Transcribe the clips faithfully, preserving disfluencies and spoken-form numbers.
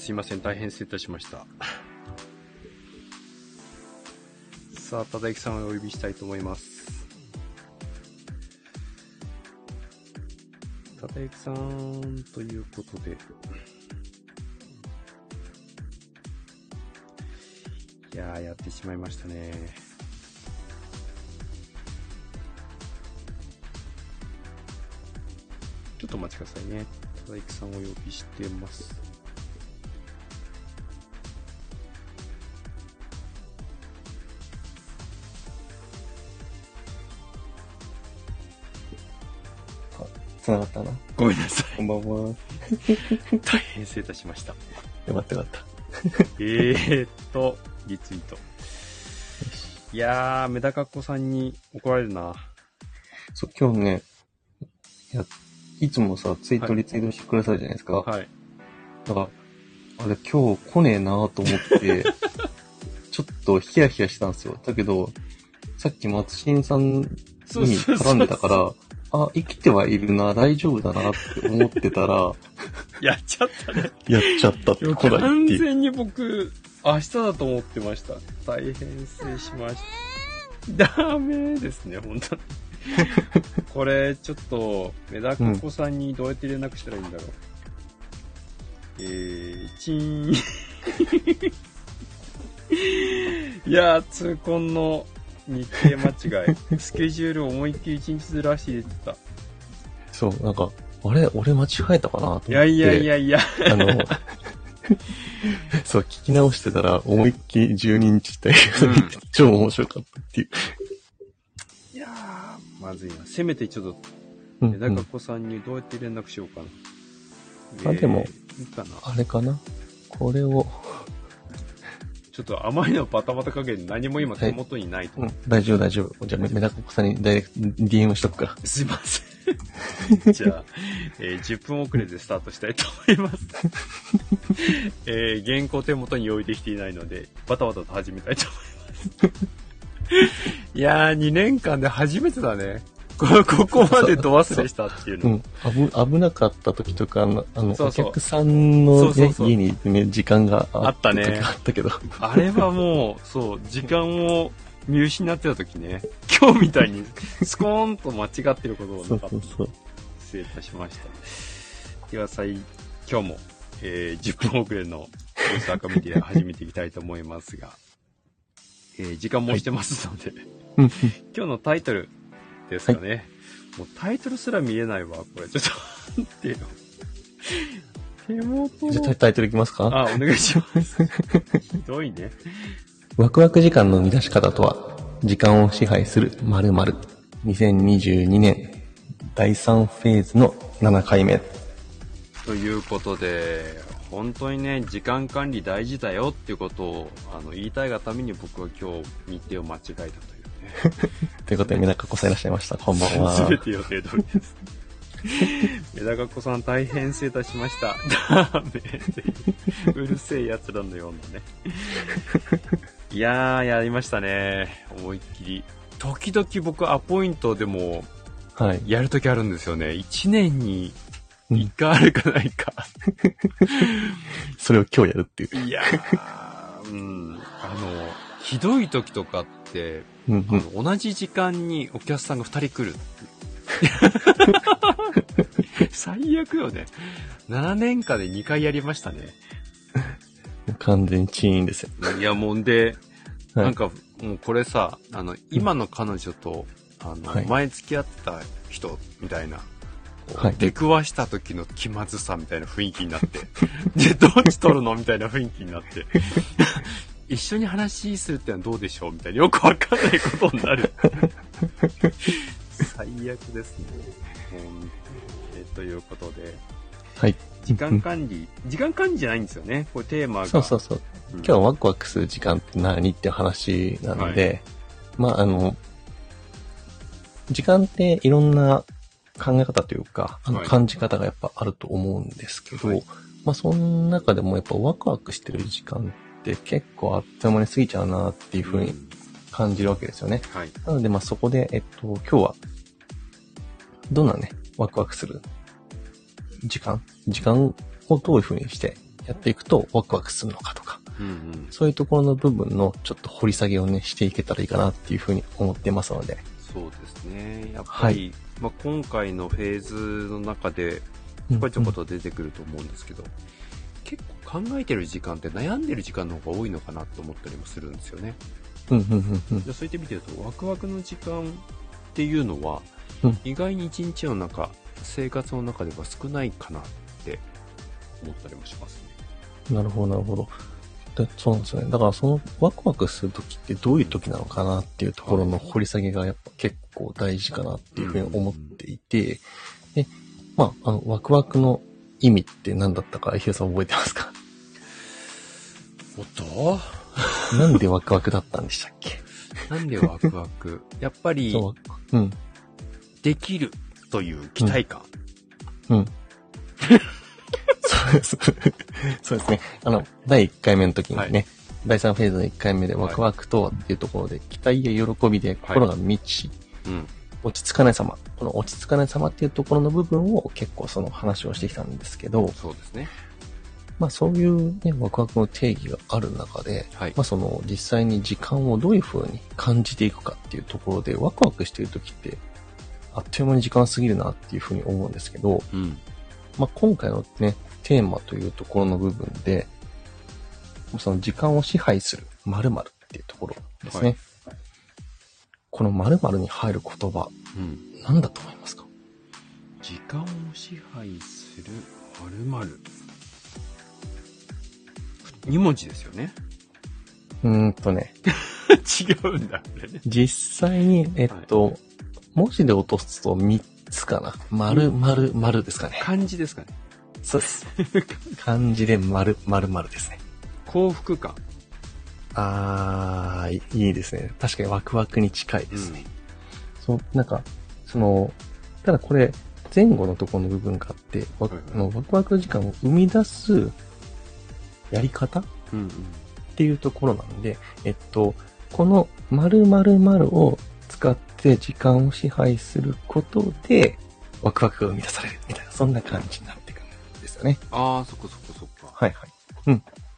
すいません、大変失礼いたしました。さあ、ただゆきさんをお呼びしたいと思います。ただゆきさんということで、いやー、やってしまいましたね。ちょっとお待ちくださいね。ただゆきさんをお呼びしてます。 つながったな。 ごめんなさい。 こんばんは。 大変失礼いたしました。 よかったよかった。 えーっと、リツイート。いやー、メダカっ子さんに怒られるな。 そう、今日ね、いや、いつもさ、ツイートリツイートしてくださるじゃないですか。 はい。 だから、あれ今日来ねえなと思って、ちょっとヒヤヒヤしたんですよ。だけど、さっき松新さんに絡んでたから、あ、生きてはいるな、大丈夫だなって思ってたら、 やっちゃったね。 やっちゃったって。 完全に僕、明日だと思ってました。大変失礼しました。ダメですね、本当に。これ、ちょっと、メダカ子さんにどうやって連絡したらいいんだろう。うん、えー、チーン。いやー、痛恨の日程間違い。スケジュールを思いっきり一日ずらして入れてた。 そう、なんか、あれ俺間違えたかなと思って。いやいやいやいや。 あの、そう、聞き直してたら、思いっきりじゅうににちってうん、超面白かったっていう。 いやー、まずいな。せめてちょっと、メダカ子さんにどうやって連絡しようかな。 うんうん、あ、でも、 いいかな。あれかなこれを。 ちょっとあまりのバタバタ加減何も今手元にないと、 はい、うん。大丈夫大丈夫。じゃあ、メダカ子さんにダイレクト ディーエム しとくから。 すいません。じゃあ、えー、じゅっぷん遅れでスタートしたいと思います。えー、原稿手元に用意できていないので、バタバタと始めたいと思います。いやー、にねんかんで初めてだね。こ, ここまで度忘れしたっていうの。 うん、危, 危なかった時とか、あの、あのそうそうお客さんの、ね、そうそうそう、家にね、時間があったね。あったけど。 あれはもう、そう、時間を見失ってた時ね、今日みたいにスコーンと間違ってることをなかった。そうそうそう。失礼いたしました。では、さい、今日も、えー、じゅっぷん遅れのニュース赤メディア始めていきたいと思いますが、えー、時間もしてますので、はい、今日のタイトル、ですかね、はい、もうタイトルすら見えないわ、これ。ちょっと、待ってよ。手元の。 じゃあタイトルいきますか？ あ、お願いします。ひどいね。 ワクワク時間の生み出し方とは、時間を支配する〇〇。にせんにじゅうにねんだいさんフェーズのななかいめ。 ということで、本当にね、時間管理大事だよっていうことをあの言いたいがために僕は今日日程を間違えたという。 ということで、メダカ子さんいらっしゃいました。こんばんは。 すべて予定通りです。メダカ子さん大変失礼いたしました。ダメでうるせえ奴らのようなね。いやー、やりましたね。思いっきり。時々僕アポイントでも、はい。やるときあるんですよね。いちねんにいっかいあるかないか。 それを今日やるっていう。 いやー、うん。あの、ひどい時とかって、うんうん、あの同じ時間にお客さんがふたり来る最悪よね。ななねんかんでにかいやりましたね。 完全にチーンですよ。 いやもんで、はい、なんかもうこれさ、あの今の彼女と、うん、あの、はい、前付き合った人みたいな、はい、出くわした時の気まずさみたいな雰囲気になって、でどっち取るのみたいな雰囲気になって。一緒に話するってのはどうでしょうみたいな、よくわかんないことになる。最悪ですね。えー、ということで、はい、時間管理、うん、時間管理じゃないんですよね。これテーマが。 そうそうそう。うん、今日ワクワクする時間って何って話なので、はい、まああの時間っていろんな考え方というか、あの感じ方がやっぱあると思うんですけど、はい、まあその中でもやっぱワクワクしてる時間って結構あっという間に過ぎちゃうなっていう風に感じるわけですよね。はい、なのでまあそこで、えっと、今日はどんなね、ワクワクする時間時間をどういう風にしてやっていくとワクワクするのかとか、 うんうん、 そういうところの部分のちょっと掘り下げをね、していけたらいいかなっていうふうに思ってますので。 そうですね。やっぱり、はい、まあ、今回のフェーズの中で、ちょこちょこと出てくると思うんですけど、うんうん、結構考えてる時間って悩んでる時間の方が多いのかなと思ったりもするんですよね。 うんうんうんうん、 そういった意味で言うと、ワクワクの時間っていうのは、うん、意外に一日の中、生活の中では少ないかなって思ったりもしますね。 なるほど、なるほど。で、そうなんですよね。だからそのワクワクするときってどういうときなのかなっていうところの掘り下げがやっぱ結構大事かなっていうふうに思っていて、で、まあ、あの、ワクワクの意味って何だったか、ヒロさん覚えてますか？ おっとなんでワクワクだったんでしたっけ？ なんでワクワクやっぱり、 そう、うん。 できるという期待感。 うん。うん、そうです。そうですね。あの、だいいっかいめの時にね、はい、だいさんフェーズのいっかいめでワクワクとはっていうところで、期待や喜びで心が満ち、はい、うん、落ち着かない様。この落ち着かない様っていうところの部分を結構その話をしてきたんですけど、 そうですね。 まあそういうね、ワクワクの定義がある中で、はい、まあその実際に時間をどういう風に感じていくかっていうところで、ワクワクしている時って、あっという間に時間過ぎるなっていう風に思うんですけど、うん、まあ今回のね、テーマというところの部分で、その時間を支配する〇〇っていうところですね。はい、この〇〇に入る言葉、うん、何だと思いますか？ 時間を支配する〇〇。に文字ですよね。 うーんとね。 違うんだ、これね。 実際に、えっと、はい、文字で落とすとみっつかな。〇〇〇ですかね。 漢字ですかね。 そうです。漢字で〇〇〇ですね。 幸福感。 あー、いいですね。確かにワクワクに近いですね。うん、そう、なんか、その、ただこれ、前後のところの部分があって、ワク、はいはい、ワクワク時間を生み出すやり方、うんうん、っていうところなんで、えっと、この〇〇〇を使って時間を支配することで、ワクワクが生み出されるみたいな、そんな感じになってくるんですよね。 ああ、そこそこそっか。 はいはい。うん。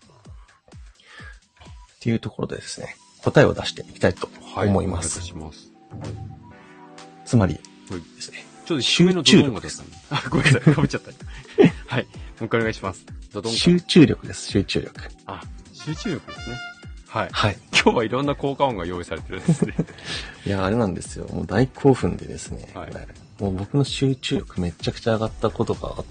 っていうところでですね、答えを出していきたいと思います。 はい、お願いします。 つまりですね、 ちょっと集中力です。あ、ごめんなさい、かぶっちゃった。はい。もう一回お願いします。ドドン集中力です、集中力。 あ、集中力ですね。はい。 はい。 今日はいろんな効果音が用意されてるんですね。 いや、あれなんですよ。もう大興奮でですね。はい。もう僕の集中力めちゃくちゃ上がったことがあって、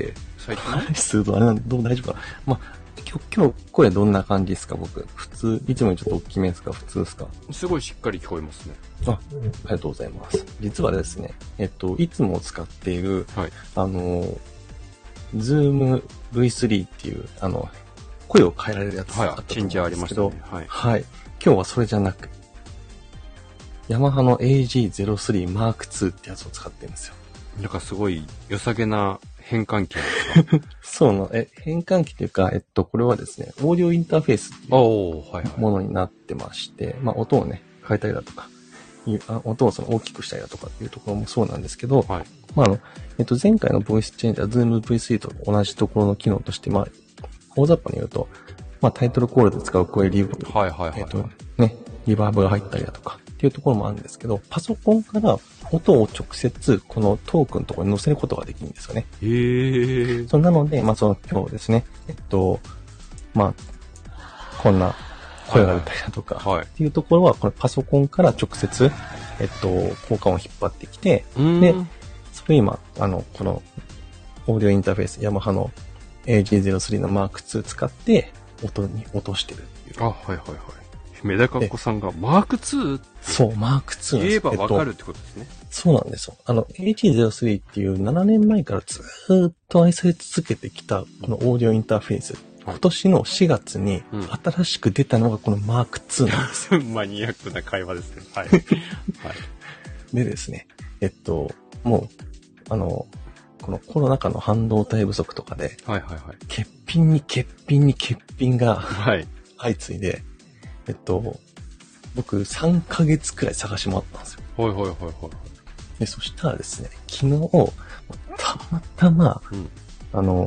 最近話するとあれなんどう大丈夫かな。まあ、今日、今日声どんな感じですか僕。普通、いつもよりちょっと大きめですか普通ですか？ すごいしっかり聞こえますね。 あ、ありがとうございます。実はですね、えっと、いつも使っている、はい、あの、Zoom ブイスリー っていう、あの、声を変えられるやつがあったと思うんですけど、はい、はい。はい。今日はそれじゃなく、ヤマハの エージーゼロスリーマークツー ってやつを使ってるんですよ。 なんかすごい良さげな変換器ですか？ そうな、え、変換器というか、えっと、これはですね、オーディオインターフェースっていうものになってまして、はいはい、まあ、音をね、変えたりだとか、あ音をその大きくしたりだとかっていうところもそうなんですけど、はい、まあ、あの、えっと、前回のボイスチェンジャー、Zoom ブイスリー と同じところの機能として、まあ、大雑把に言うと、まあ、タイトルコールで使う声リバーブ、はいはいはいはい、えっと、ね、リバーブが入ったりだとかっていうところもあるんですけど、パソコンから音を直接このトークのところに載せることができるんですよね。 へー。 そうなので、まあ、その今日ですね、えっと、まあ、こんな声が出たりだとか、はいはい、っていうところは、これパソコンから直接、えっと、効果音を引っ張ってきて、で、それ今、あの、この、オーディオインターフェース、ヤマハの エージーゼロスリー のマークツー使って、音に落としてるっていう。 あ、はいはいはい。メダカっ子さんがマークツー？ そう、マークツー。 言えばわかるってことですね、 えっと。そうなんですよ。あの、エージーゼロスリー っていうななねんまえからずーっと愛され続けてきた、このオーディオインターフェース。今年のしがつに新しく出たのがこのマークツーなんですよ。 マニアックな会話ですね。はい。 はい。でですね、えっと、もう、あの、このコロナ禍の半導体不足とかで、はいはいはい。欠品に欠品に欠品が、はい。相次いで、えっと、僕さんかげつくらい探し回ったんですよ。 はいはいはいはい。で、 そしたらですね、昨日、たまたま、うん、あの、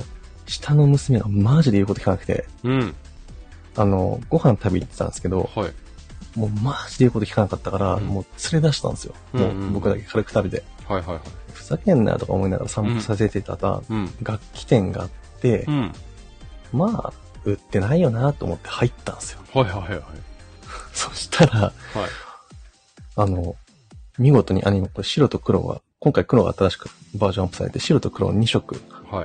下の娘がマジで言うこと聞かなくて、 うん。 あの、ご飯食べに行ってたんですけど、 はい。 もうマジで言うこと聞かなかったから、うん、もう連れ出したんですよ。 うんうん、 もう僕だけ軽く食べて。 はいはいはい。 ふざけんなとか思いながら散歩させてたら、うん、楽器店があって、うん、まあ、売ってないよなと思って入ったんですよ。 はいはいはい。 そしたら、はい、あの、見事にアニメ、これ白と黒が、今回黒が新しくバージョンアップされて、白と黒に色、はい。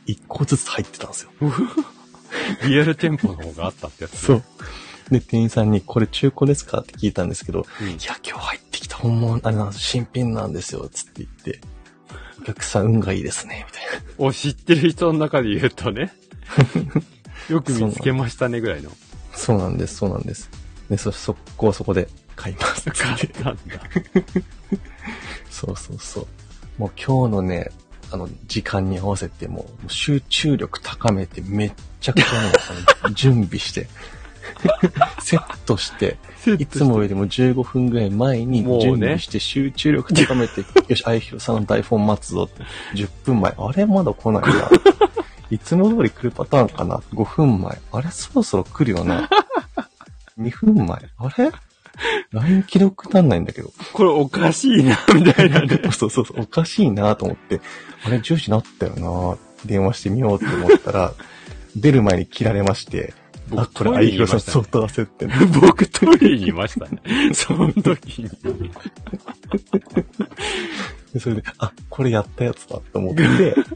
いっこずつ入ってたんですよ。 リアル店舗の方があったってやつ、ね、 そう。で、店員さんに、これ中古ですかって聞いたんですけど、うん、いや、今日入ってきた本物、あれなんです、新品なんですよ、つって言って、お客さん運がいいですね、みたいな。 お、知ってる人の中で言うとね。よく見つけましたね、ぐらいの。 そうなんです、そうなんです。で、そ、そこはそこで買います。 買ったんだ。 そうそうそう。もう今日のね、あの、時間に合わせて、もう集中力高めて、めっちゃくちゃ準備して、セットして、いつもよりもじゅうごふんぐらい前に準備して集中力高めて、ね、よし、あいひろさんの台本待つぞって、じゅっぷんまえ、あれまだ来ないな。いつも通り来るパターンかな ?ご 分前。あれそろそろ来るよな。にふんまえ。あれ ライン 既読なんないんだけど。 これおかしいな、みたいなね。 そうそうそう、おかしいなと思って、あれじゅうじなったよな電話してみようって思ったら、出る前に切られまして、あ、これ、あいひろさん相当焦ってんの。 僕トイレにいましたね。その時に。 それで、あ、これやったやつだと思って、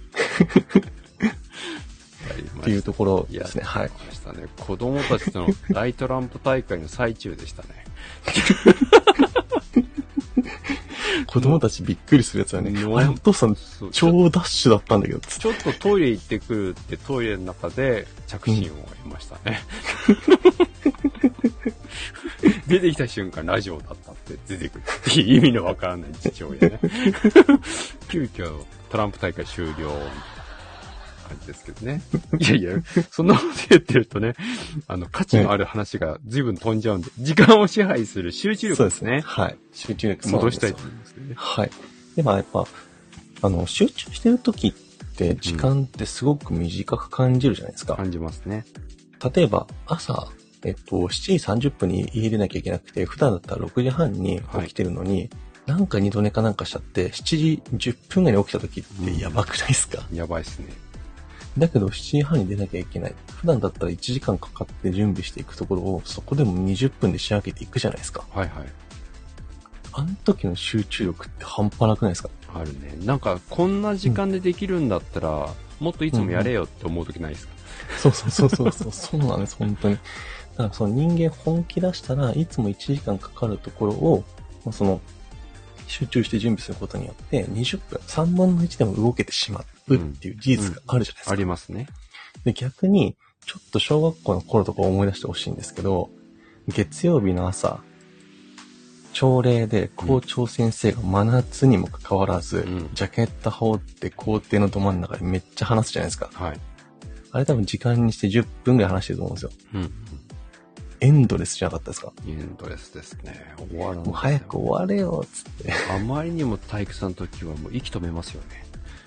っていうところですね。はい。 ましたね。子供たちとのライトランプ大会の最中でしたね。 子供たちびっくりするやつはね、あれお父さん超ダッシュだったんだけど、 ちょっとトイレ行ってくるってトイレの中で着信を得ましたね。うん、出てきた瞬間ラジオだったって出てくるっていう意味のわからない父親ね。急遽トランプ大会終了。感じですけどね。いやいや、そんなこと言ってるとね、あの、価値のある話が随分飛んじゃうんで、時間を支配する集中力ですね。 そうですね。はい。集中力戻したいと思いますね。 はい。でもやっぱ、あの、集中してる時って時間ってすごく短く感じるじゃないですか。 うん、感じますね。 例えば、朝、えっと、しちじさんじゅっぷんに家出なきゃいけなくて、普段だったらろくじはんに起きてるのに、はい、なんか二度寝かなんかしちゃって、しちじじゅっぷんぐらいに起きた時ってやばくないですか？ うん、やばいですね。 だけどしちじはんに出なきゃいけない。普段だったらいちじかんかかって準備していくところを、そこでもにじゅっぷんで仕上げていくじゃないですか。 はいはい。 あの時の集中力って半端なくないですか？ あるね。なんか、こんな時間でできるんだったら、うん、もっといつもやれよって思う時ないですか？ うんうん、そうそうそうそう。そうなんです、本当に。だからその人間本気出したらいつもいちじかんかかるところを、その、集中して準備することによってにじゅっぷん、さんぶんのいちでも動けてしまうっていう事実があるじゃないですか。 うんうん、ありますね。 で、逆に、ちょっと小学校の頃とか思い出してほしいんですけど、月曜日の朝、朝礼で校長先生が真夏にもかかわらず、うん、ジャケット羽織って校庭のど真ん中でめっちゃ話すじゃないですか。 はい。 あれ多分時間にしてじゅっぷんぐらい話してると思うんですよ。うん。エンドレスじゃなかったですか？ エンドレスですね。終わらない。 もう早く終われよ、つって。 あまりにも体育さんの時はもう息止めますよね。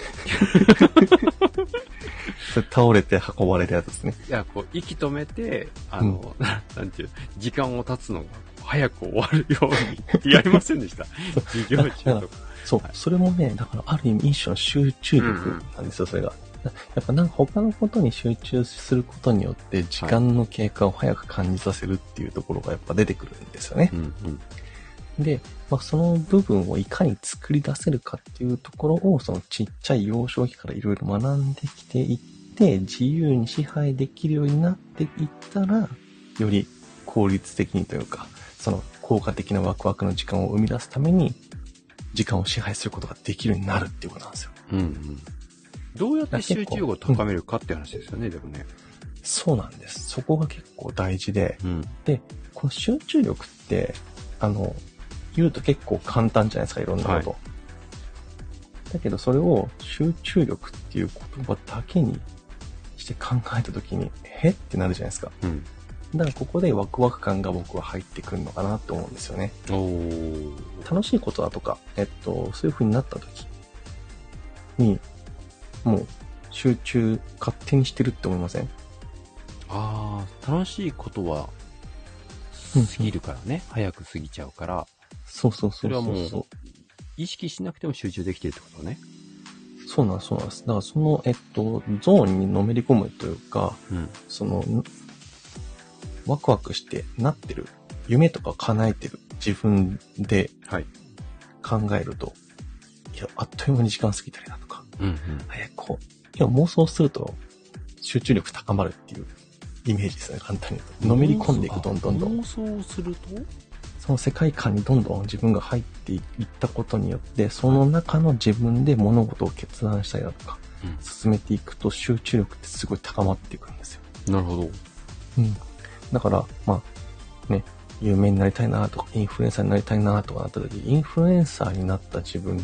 それ倒れて運ばれるやつですね。 いや、こう、息止めて、あの、うん、なんていう、時間を経つのが早く終わるようにってやりませんでした。授業中とか。 そう、はい、それもね、だからある意味一種の集中力なんですよ、うんうん、それが。やっぱなんか他のことに集中することによって時間の経過を早く感じさせるっていうところがやっぱ出てくるんですよね。うんうん、で、まあ、その部分をいかに作り出せるかっていうところをそのちっちゃい幼少期からいろいろ学んできていって自由に支配できるようになっていったらより効率的にというかその効果的なワクワクの時間を生み出すために時間を支配することができるようになるっていうことなんですよ。うんうん、 どうやって集中力を高めるかって話ですよね、うん、でもね。 そうなんです。そこが結構大事で、うん、で、この集中力って、あの、言うと結構簡単じゃないですか、いろんなこと。はい、だけどそれを集中力っていう言葉だけにして考えたときに、へってなるじゃないですか。うん、だからここでワクワク感が僕は入ってくるのかなと思うんですよね。おー、楽しいことだとか、えっと、そういう風になったときに、もう集中勝手にしてるって思いません？ ああ、楽しいことは過ぎるからね、うんうん、早く過ぎちゃうから。 そうそうそうそう。それはもう、意識しなくても集中できてるってことね。 そうなんです、そうなんです。だからその、えっと、ゾーンにのめり込むというか、うん、その、ワクワクしてなってる、夢とか叶えてる自分で考えると、はい、いや、あっという間に時間過ぎたりだとか、うんうん、えこう、いや、妄想すると集中力高まるっていうイメージですね、簡単に言うと。のめり込んでいく、どんどんどん。 妄想するとその世界観にどんどん自分が入っていったことによって、その中の自分で物事を決断したりだとか、うん、進めていくと集中力ってすごい高まっていくんですよ。 なるほど。 うん。だから、まあ、ね、有名になりたいなとか、インフルエンサーになりたいなとかなった時、インフルエンサーになった自分って、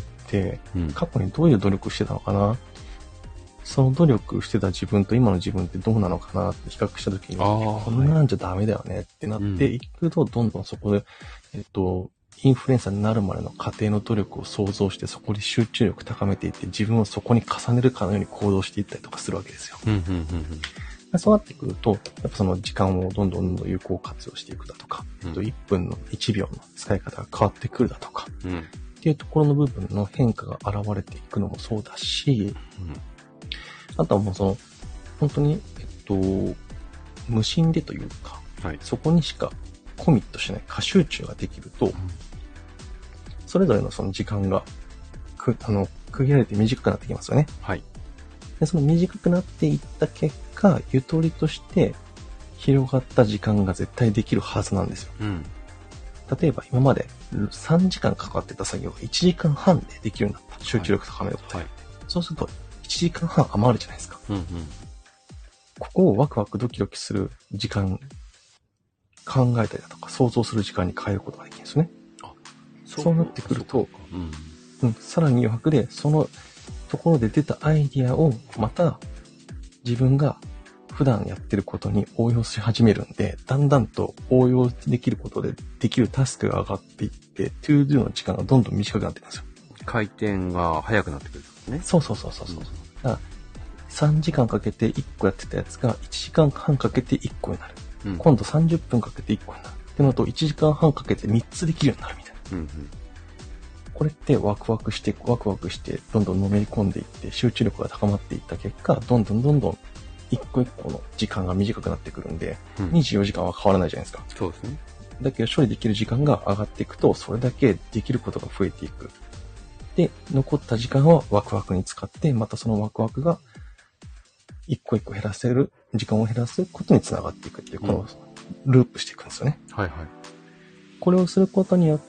過去にどういう努力してたのかな、うん、その努力してた自分と今の自分ってどうなのかなって比較した時に、こんなんじゃダメだよねってなっていくと、どんどんそこで、えっと、インフルエンサーになるまでの過程の努力を想像して、そこで集中力高めていって、自分をそこに重ねるかのように行動していったりとかするわけですよ。 うんうんうんうん、 そうなってくると、やっぱその時間をどんどんどんどん有効活用していくだとか、うん、いっぷんのいちびょうの使い方が変わってくるだとか、うん、っていうところの部分の変化が現れていくのもそうだし、うん、あとはもうその、本当に、えっと、無心でというか、はい、そこにしかコミットしない過集中ができると、うん、それぞれのその時間が、く、あの、区切られて短くなってきますよね。 はい。 で、その短くなっていった結果、ゆとりとして広がった時間が絶対できるはずなんですよ。うん、例えば今までさんじかんかかってた作業がいちじかんはんでできるようになった。集中力高めることによって、はいはい。そうするといちじかんはん余るじゃないですか。うんうん、ここをワクワクドキドキする時間、考えたりだとか想像する時間に変えることができるんですよね。あ、そう、そうなってくると、うんうん、さらに余白でそのところで出たアイディアをまた自分が普段やってることに応用し始めるんで、だんだんと応用できることでできるタスクが上がっていって、トゥードゥの時間がどんどん短くなっていくんですよ。 回転が早くなってくるんですね。 そうそうそうそうそう。うん、だからさんじかんかけていっこやってたやつがいちじかんはんかけていっこになる。うん、今度さんじゅっぷんかけていっこになる。ってのといちじかんはんかけてみっつできるようになるみたいな。うんうん、これってワクワクして、ワクワクして、どんどんのめり込んでいって、集中力が高まっていった結果、どんどんどんどん、一個一個の時間が短くなってくるんで、うん、にじゅうよじかんは変わらないじゃないですか。 そうですね。 だけど処理できる時間が上がっていくと、それだけできることが増えていく。で、残った時間はワクワクに使って、またそのワクワクが、一個一個減らせる、時間を減らすことにつながっていくっていう、このループしていくんですよね。 うん、はいはい。 これをすることによって、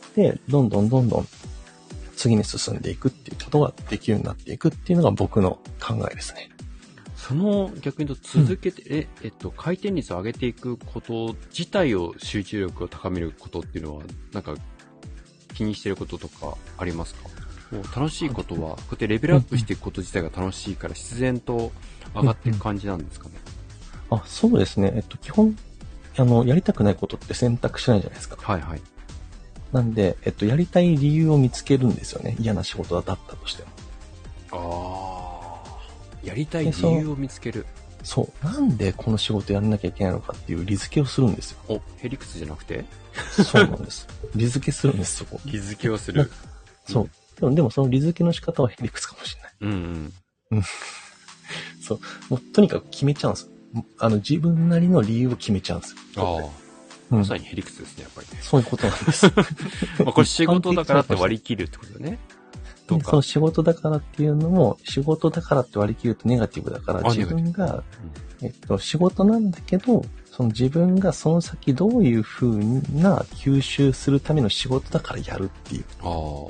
どんどんどんどん、次に進んでいくっていうことができるようになっていくっていうのが僕の考えですね。 その逆に言うと続けて、うん、え、えっと、回転率を上げていくこと自体を集中力を高めることっていうのは、なんか気にしてることとかありますか？もう楽しいことは、こうやってレベルアップしていくこと自体が楽しいから自然と上がっていく感じなんですかね。 うんうん、あ、そうですね。えっと、基本、あの、やりたくないことって選択しないじゃないですか。 はいはい。 なんで、えっと、やりたい理由を見つけるんですよね。嫌な仕事だったとしても。 ああ。やりたい理由を見つける。 そう。なんでこの仕事やらなきゃいけないのかっていう理付けをするんですよ。 お、ヘリクツじゃなくて？ そうなんです。理付けするんです、そこ。 理付けをする。 そう。でも、でもその理付けの仕方はヘリクツかもしれない。 うんうん。 そう。もうとにかく決めちゃうんです。あの、自分なりの理由を決めちゃうんですよ。 ああ。まさにヘリクツですね、やっぱりね。 そういうことなんです。 まあこれ仕事だからって割り切るってことだね。 でその仕事だからっていうのも、仕事だからって割り切るとネガティブだから、自分が、うん、えっと、仕事なんだけど、その自分がその先どういう風な吸収するための仕事だからやるっていう。 あ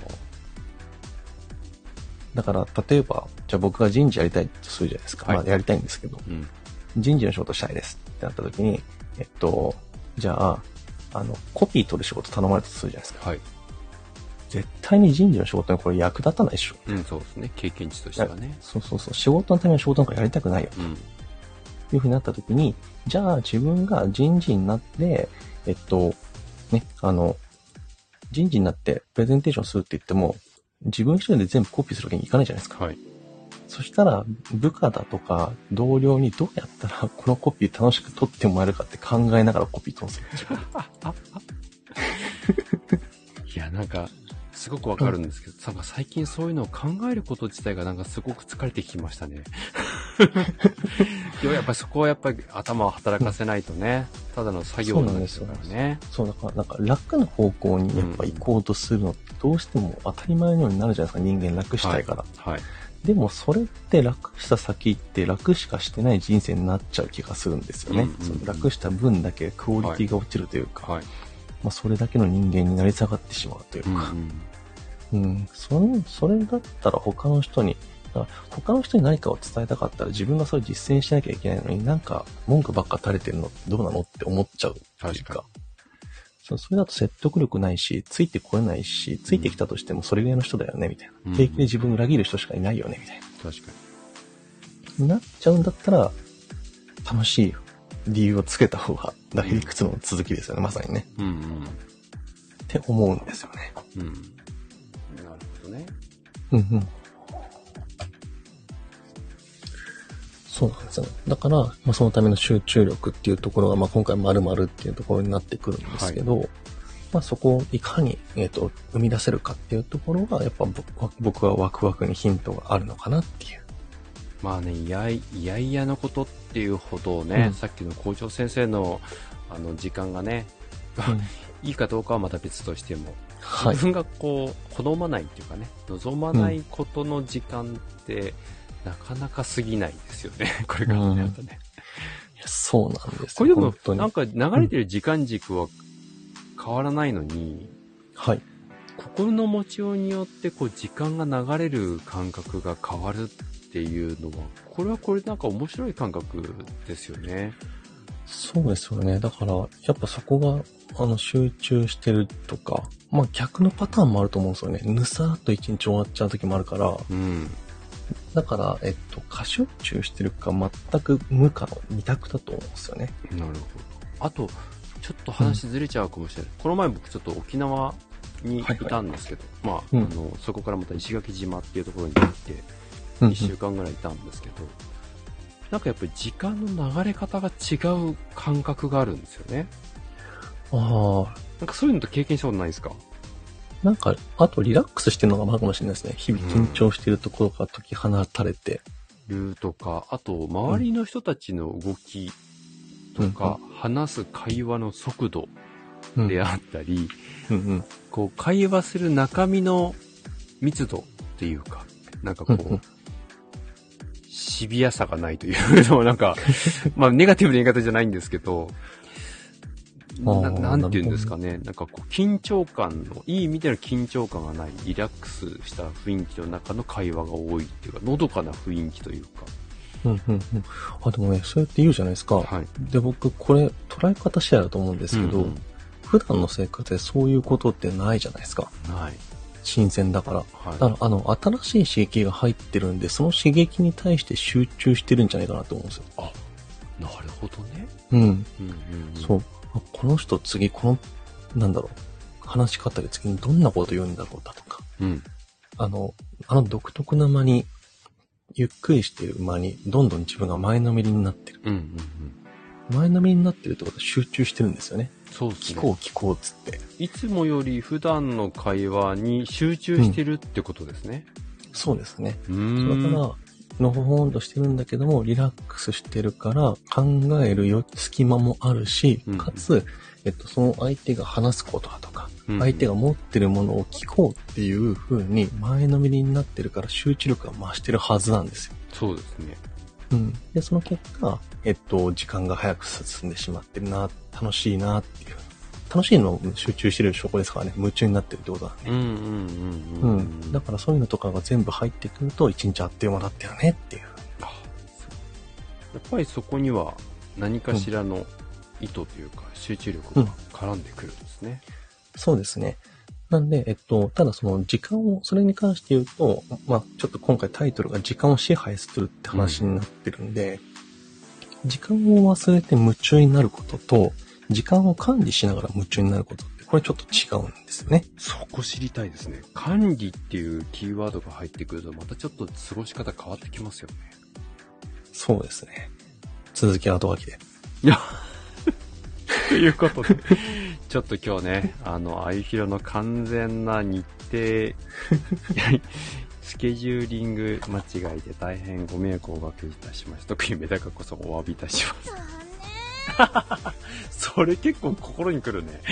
だから、例えば、じゃあ僕が人事やりたいとするじゃないですか。はい、まあやりたいんですけど、うん、人事の仕事したいですってなった時に、えっと、じゃあ、あの、コピー取る仕事頼まれたとするじゃないですか。 はい。絶対に人事の仕事にこれ役立たないでしょ。 うん、そうですね。経験値としてはね。 そうそうそう。仕事のための仕事なんかやりたくないよ。うん。いう風になった時に、じゃあ自分が人事になって、えっと、ね、あの、人事になってプレゼンテーションするって言っても、自分一人で全部コピーするわけにいかないじゃないですか。 はい。 そしたら、部下だとか同僚にどうやったらこのコピー楽しく取ってもらえるかって考えながらコピー通す。 いや、なんか、すごくわかるんですけど、うん、なんか最近そういうのを考えること自体がなんかすごく疲れてきましたね。やっぱりそこはやっぱり頭を働かせないとね、ただの作業なんですからね。 そうなんですよ。そう、だからなんか楽な方向にやっぱ行こうとするのってどうしても当たり前のようになるじゃないですか、人間楽したいから。はい。はい、でもそれって楽した先って楽しかしてない人生になっちゃう気がするんですよね。うんうんうん、その楽した分だけクオリティが落ちるというか、はいはい、まあ、それだけの人間になり下がってしまうというか、うんうん、うん、それ、それだったら他の人に、他の人に何かを伝えたかったら自分がそれ実践しなきゃいけないのになんか文句ばっか垂れてるのどうなのって思っちゃうというか、それだと説得力ないし、ついてこれないし、ついてきたとしてもそれぐらいの人だよねみたいな、うん、平気で自分を裏切る人しかいないよねみたいな、 確かになっちゃうんだったら楽しい理由をつけた方がへりくつの続きですよね、まさにね、うんうん、って思うんですよね。うん、なるほどね。 うんうん。そうなんですよね。だから、まあ、そのための集中力っていうところが、まあ、今回〇〇っていうところになってくるんですけど、はい、まあ、そこをいかに、えっと、生み出せるかっていうところが、やっぱ僕はワクワクにヒントがあるのかなっていう。 まあね、いやいやいやのことっていうほどね、うん、さっきの校長先生のあの時間がね、うん、いいかどうかはまた別としても、はい、自分がこう好まないっていうかね、望まないことの時間って、うんなかなか過ぎないですよね。これからね。うん、いやそうなんですよ。 これでも、なんか流れてる時間軸は変わらないのに、 うん、はい。 心の持ちようによって、こう、時間が流れる感覚が変わるっていうのは、これはこれなんか面白い感覚ですよね。 そうですよね。だから、やっぱそこが、あの、集中してるとか、まあ逆のパターンもあると思うんですよね。ぬさーっと一日終わっちゃう時もあるから、うん。だから、えっと、過集中してるか全く無かの二択だと思うんですよね。 なるほど。あと、ちょっと話ずれちゃうかもしれない。うん、この前僕ちょっと沖縄にいたんですけど、はいはい、まあ、うん、あの、そこからまた石垣島っていうところに行って、いっしゅうかんぐらいいたんですけど、うんうん、なんかやっぱり時間の流れ方が違う感覚があるんですよね。 ああ。 なんかそういうのと経験したことないですか？ なんか、あとリラックスしてるのがまだかもしれないですね。日々緊張しているところから解き放たれて。 るとか、あと、周りの人たちの動きとか、うん、話す会話の速度であったり、うんうん、こう、会話する中身の密度っていうか、なんかこう、うんうん、シビアさがないというのはなんか、まあ、ネガティブな言い方じゃないんですけど、な, なんて言うんですかね。なんかこう、緊張感の、いい意味での緊張感がない、リラックスした雰囲気の中の会話が多いっていうか、のどかな雰囲気というか。 うんうんうん。あ、でもね、そうやって言うじゃないですか。はい。で、僕、これ、捉え方次第だと思うんですけど、うんうん、普段の生活でそういうことってないじゃないですか。 ない。 新鮮だから。はい。だから、あの、新しい刺激が入ってるんで、その刺激に対して集中してるんじゃないかなと思うんですよ。 あ、なるほどね。 うん。うんうんうん、そう。この人次この、なんだろう、話し方で次にどんなこと言うんだろうだとか、うん、あの、あの独特な間に、ゆっくりしている間に、どんどん自分が前のめりになってる。うんうんうん、前のめりになってるってことは集中してるんですよね。 そうですね。 聞こう聞こうっつって。 いつもより普段の会話に集中してるってことですね。 うん、そうですね。うーん。だから、のほほんとしてるんだけども、リラックスしてるから考えるよ隙間もあるし、うん、かつ、えっと、その相手が話すことだとか、うん、相手が持ってるものを聞こうっていう風に前のめりになってるから集中力が増してるはずなんですよ。 そうですね。 うん。で、その結果、えっと、時間が早く進んでしまってるな、楽しいなっていう。楽しいのを集中してる証拠ですからね、夢中になってるってことなんで。うんうんうんうん。うん。だからそういうのとかが全部入ってくると、一日あっという間だったよねっていう。あ、 やっぱりそこには何かしらの意図というか、集中力が絡んでくるんですね。 うん、そうですね。なんで、えっと、ただその時間を、それに関して言うと、まあちょっと今回タイトルが時間を支配するって話になってるんで、うん、時間を忘れて夢中になることと、時間を管理しながら夢中になることってこれちょっと違うんですよね。 そこ知りたいですね。管理っていうキーワードが入ってくると、またちょっと過ごし方変わってきますよね。 そうですね。続きは後書きで。 いや、ということで、ちょっと今日ね、あの、あゆひろの完全な日程、スケジューリング間違いで大変ご迷惑をおかけいたしました。特にメダカこそお詫びいたします。それ結構心にくるね。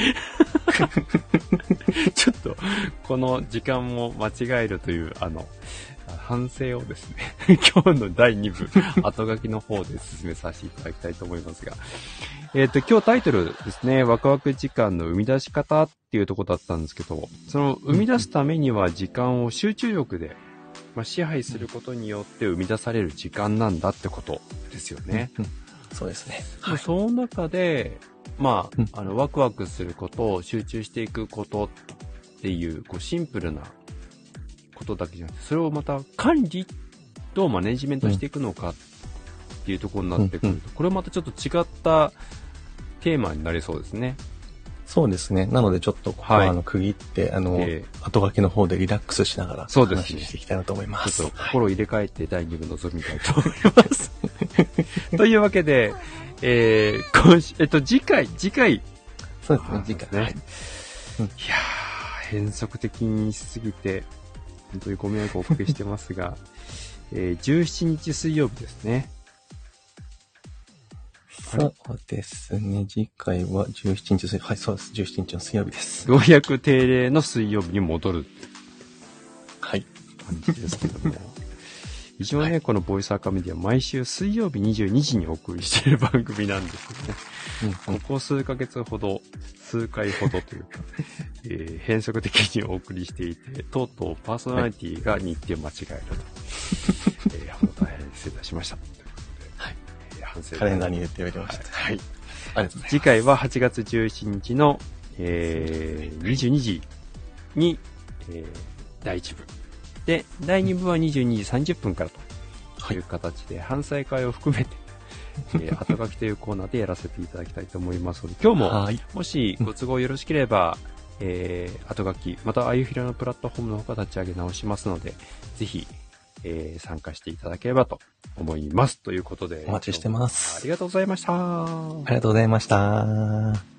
ちょっと、この時間も間違えるという、あの、反省をですね、今日のだいに部、後書きの方で進めさせていただきたいと思いますが、えっと、今日タイトルですね、ワクワク時間の生み出し方っていうところだったんですけど、その生み出すためには時間を集中力で、まあ、支配することによって生み出される時間なんだってことですよね。 うんうん、そうですね。 はい、その中で、まあ、あの、ワクワクすること、集中していくことっていう、こう、シンプルなことだけじゃなくて、それをまた管理とマネジメントしていくのかっていうところになってくると、うんうん、これまたちょっと違ったテーマになりそうですね。 そうですね。なのでちょっとここはあの区切って、はい、あの、えー、後書きの方でリラックスしながら話していきたいなと思います。 そうですね。ちょっと心を入れ替えてだいに部臨みたいと思います。というわけで、えー、今週、えっと、次回、次回。 そうですね、次回。ね。はい、 うん、いやー、変則的にしすぎて、本当にご迷惑をおかけしてますが、えー、じゅうしちにち水曜日ですね。 そうですね。次回はじゅうしちにち水曜日。はい、そうです。じゅうしちにちの水曜日です。 ようやく定例の水曜日に戻る。 はい。 感じですけども。一応ね、はい、このボイスアカメディは毎週水曜日にじゅうにじにお送りしている番組なんですけどね。うんうん、ここ数ヶ月ほど、数回ほどというか、えー、変則的にお送りしていて、とうとうパーソナリティが日程を間違えると。はい、えー、本当大変失礼いたしました。 はい。カレンダーに入れておいてました。 はい。はい、ありがとうございます。 次回ははちがつじゅうしちにちの、えー、にじゅうにじに、えー、だいいち部。で、だいに部はにじゅうにじさんじゅっぷんからという形で、反省会を含めて、えー、後書きというコーナーでやらせていただきたいと思いますので、今日も、もしご都合よろしければ、えー、後書き、またあゆひらのプラットフォームの方が立ち上げ直しますので、ぜひ、えー、参加していただければと思います。ということで。 お待ちしてます。 ありがとうございました。 ありがとうございました。